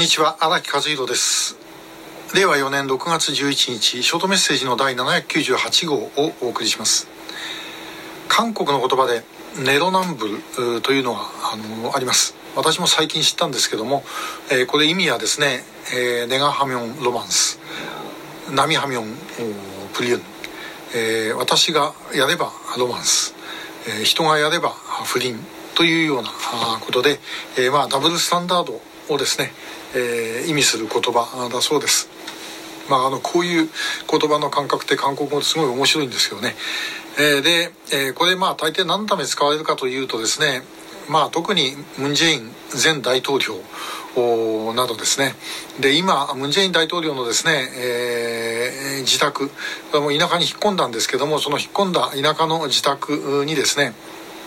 にちは、荒木和弘です。令和4年6月11日、ショートメッセージの第798号をお送りします。韓国の言葉でネロナンブルというのがあります。私も最近知ったんですけども、これ意味はですね、ネガハミョンロマンス、ナミハミョンプリュン、私がやればロマンス、人がやれば不倫というようなことで、ダブルスタンダードをですね、意味する言葉だそうです。こういう言葉の感覚って韓国語ですごい面白いんですよね。で、これ大抵何のために使われるかというとですね、特にムン・ジェイン前大統領などですね。で、今ムン・ジェイン大統領のですね、自宅、これも田舎に引っ込んだんですけども、その引っ込んだ田舎の自宅にですね、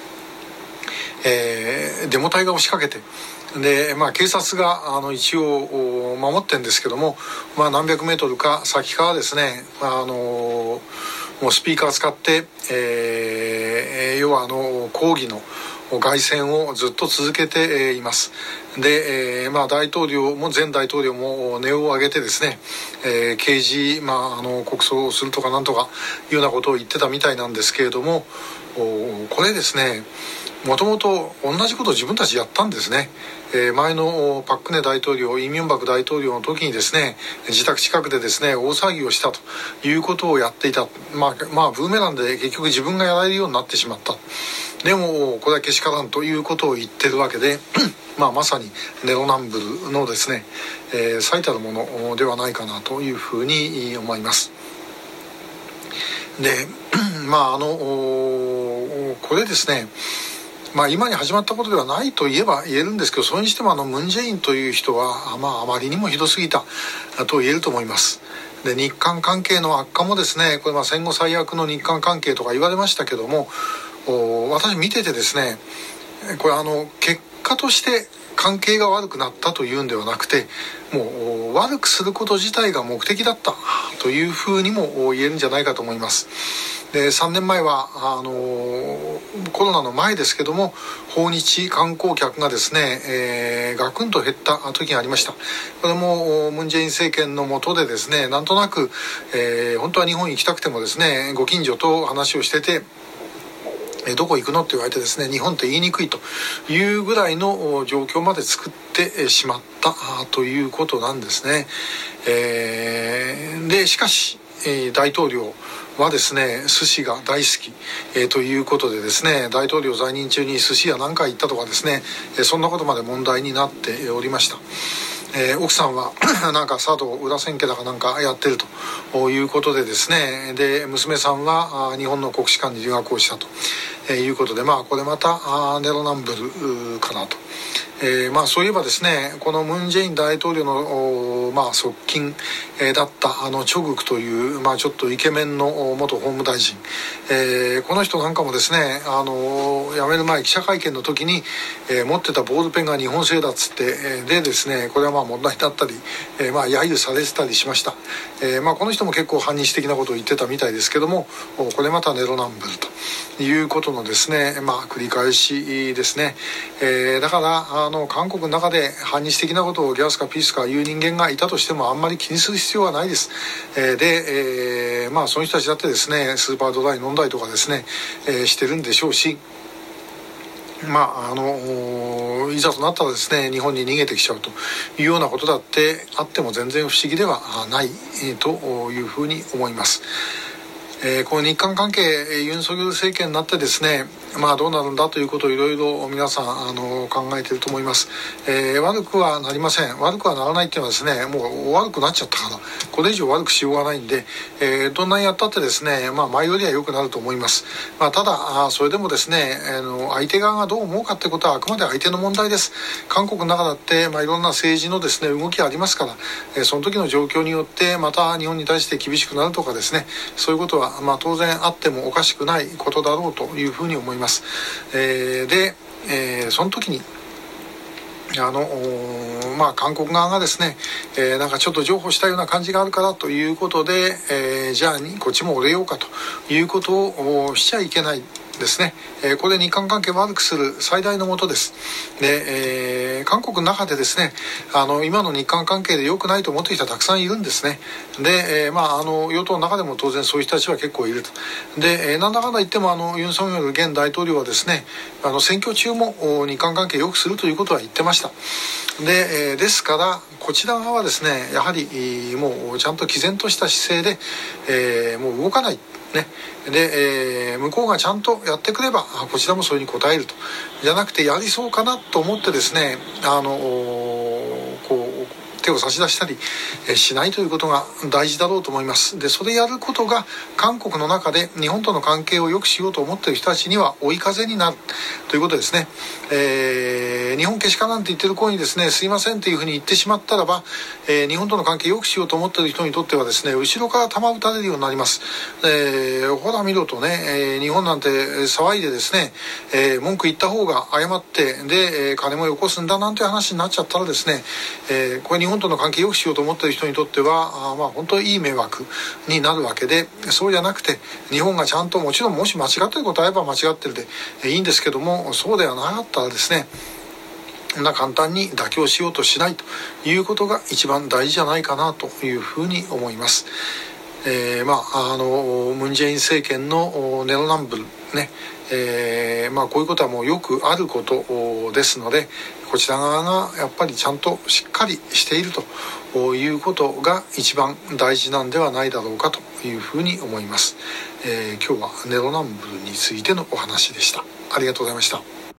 デモ隊が押しかけて、で、警察が一応守ってるんですけども、何百メートルか先からですね、もうスピーカー使って、要は抗議の凱旋をずっと続けています。で、大統領も前大統領も音を上げてですね、刑事、国葬をするとかなんとかいうようなことを言ってたみたいなんですけれども、これですね、もともと同じことを自分たちやったんですね。前のパク・クネ大統領、イ・ミョンバク大統領の時にですね、自宅近くでですね、大騒ぎをしたということをやっていた。ブーメランで結局自分がやられるようになってしまった。でもこれはけしからんということを言ってるわけでまさにネロナンブルのですね、最たるものではないかなというふうに思います。でこれですね、今に始まったことではないと言えるんですけど、それにしてもムン・ジェインという人はあまりにもひどすぎたと言えると思います。で、日韓関係の悪化もですね、これ戦後最悪の日韓関係とか言われましたけども、私見ててですね、これ結果として関係が悪くなったというんではなくて、もう悪くすること自体が目的だったというふうにも言えるんじゃないかと思います。で、3年前はコロナの前ですけども、訪日観光客がですね、ガクンと減った時がありました。これもムン・ジェイン政権の下でですね、なんとなく、本当は日本行きたくてもですね、ご近所と話をしてて、どこ行くのって言われてですね、日本って言いにくいというぐらいの状況まで作ってしまったということなんですね。で、しかし大統領はですね、寿司が大好き、ということでですね、大統領在任中に寿司屋何回行ったとかですね、そんなことまで問題になっておりました。奥さんはなんか茶道裏千家だかなんかやってるということでですね、で、娘さんは日本の国士舘に留学をしたということで、これまたネロナンブルかなと。そういえばですね、このムン・ジェイン大統領の、側近、だったチョグクという、ちょっとイケメンの元法務大臣、この人なんかもですね、辞める前記者会見の時に、持ってたボールペンが日本製だっつって、でですね、これは問題になったり、揶揄されてたりしました。この人も結構反日的なことを言ってたみたいですけども、これまたネロナンブルということのですね、繰り返しですね。だから韓国の中で反日的なことをギャスかピースかいう人間がいたとしてもあんまり気にする必要はないです。で、その人たちだってですね、スーパードライ飲んだりとかですね、してるんでしょうし、いざとなったらですね、日本に逃げてきちゃうというようなことだってあっても全然不思議ではないというふうに思います。この日韓関係、ユン・ソギョル政権になってですね、どうなるんだということをいろいろ皆さん考えていると思います。悪くはなりません。悪くはならないっていうのはですね、もう悪くなっちゃったからこれ以上悪くしようがないんで、どんなにやったってですね、前よりは良くなると思います。ただそれでもですね、相手側がどう思うかってことはあくまで相手の問題です。韓国の中だって、いろんな政治のですね動きありますから、その時の状況によってまた日本に対して厳しくなるとかですね、そういうことは当然あってもおかしくないことだろうというふうに思います。で、その時に韓国側がですね、なんかちょっと譲歩したような感じがあるからということで、じゃあこっちも折れようかということをしちゃいけないですね、これ日韓関係を悪くする最大のもとです。で、韓国の中でですね、今の日韓関係で良くないと思っている人はたくさんいるんですね。で、与党の中でも当然そういう人たちは結構いると。で、なんだかんだ言ってもユン・ソンニョル現大統領はですね、選挙中も日韓関係を良くするということは言ってました。で、ですからこちら側はですね、やはりもうちゃんと毅然とした姿勢で、もう動かないね。で、向こうがちゃんとやってくればこちらもそれに応えると、じゃなくてやりそうかなと思ってですね、こう手を差し出したりしないということが大事だろうと思います。で、それやることが韓国の中で日本との関係を良くしようと思っている人たちには追い風になるということですね。日本けしからんって言ってる声にですね、すいませんというふうに言ってしまったらば、日本との関係を良くしようと思っている人にとってはですね、後ろから弾打たれるようになります。ほら見ろとね、日本なんて騒いでですね、文句言った方が謝ってで、金もよこすんだなんて話になっちゃったらですね、これ日本との関係を良くしようと思っている人にとっては本当にいい迷惑になるわけで、そうじゃなくて日本がちゃんと、もちろんもし間違っていることあれば間違ってるでいいんですけども、そうではなかったらですね、簡単に妥協しようとしないということが一番大事じゃないかなというふうに思います。ムン・ジェイン政権のネロナンブルね、こういうことはもうよくあることですので、こちら側がやっぱりちゃんとしっかりしているということが一番大事なんではないだろうかというふうに思います。今日はネロナンブルについてのお話でした。ありがとうございました。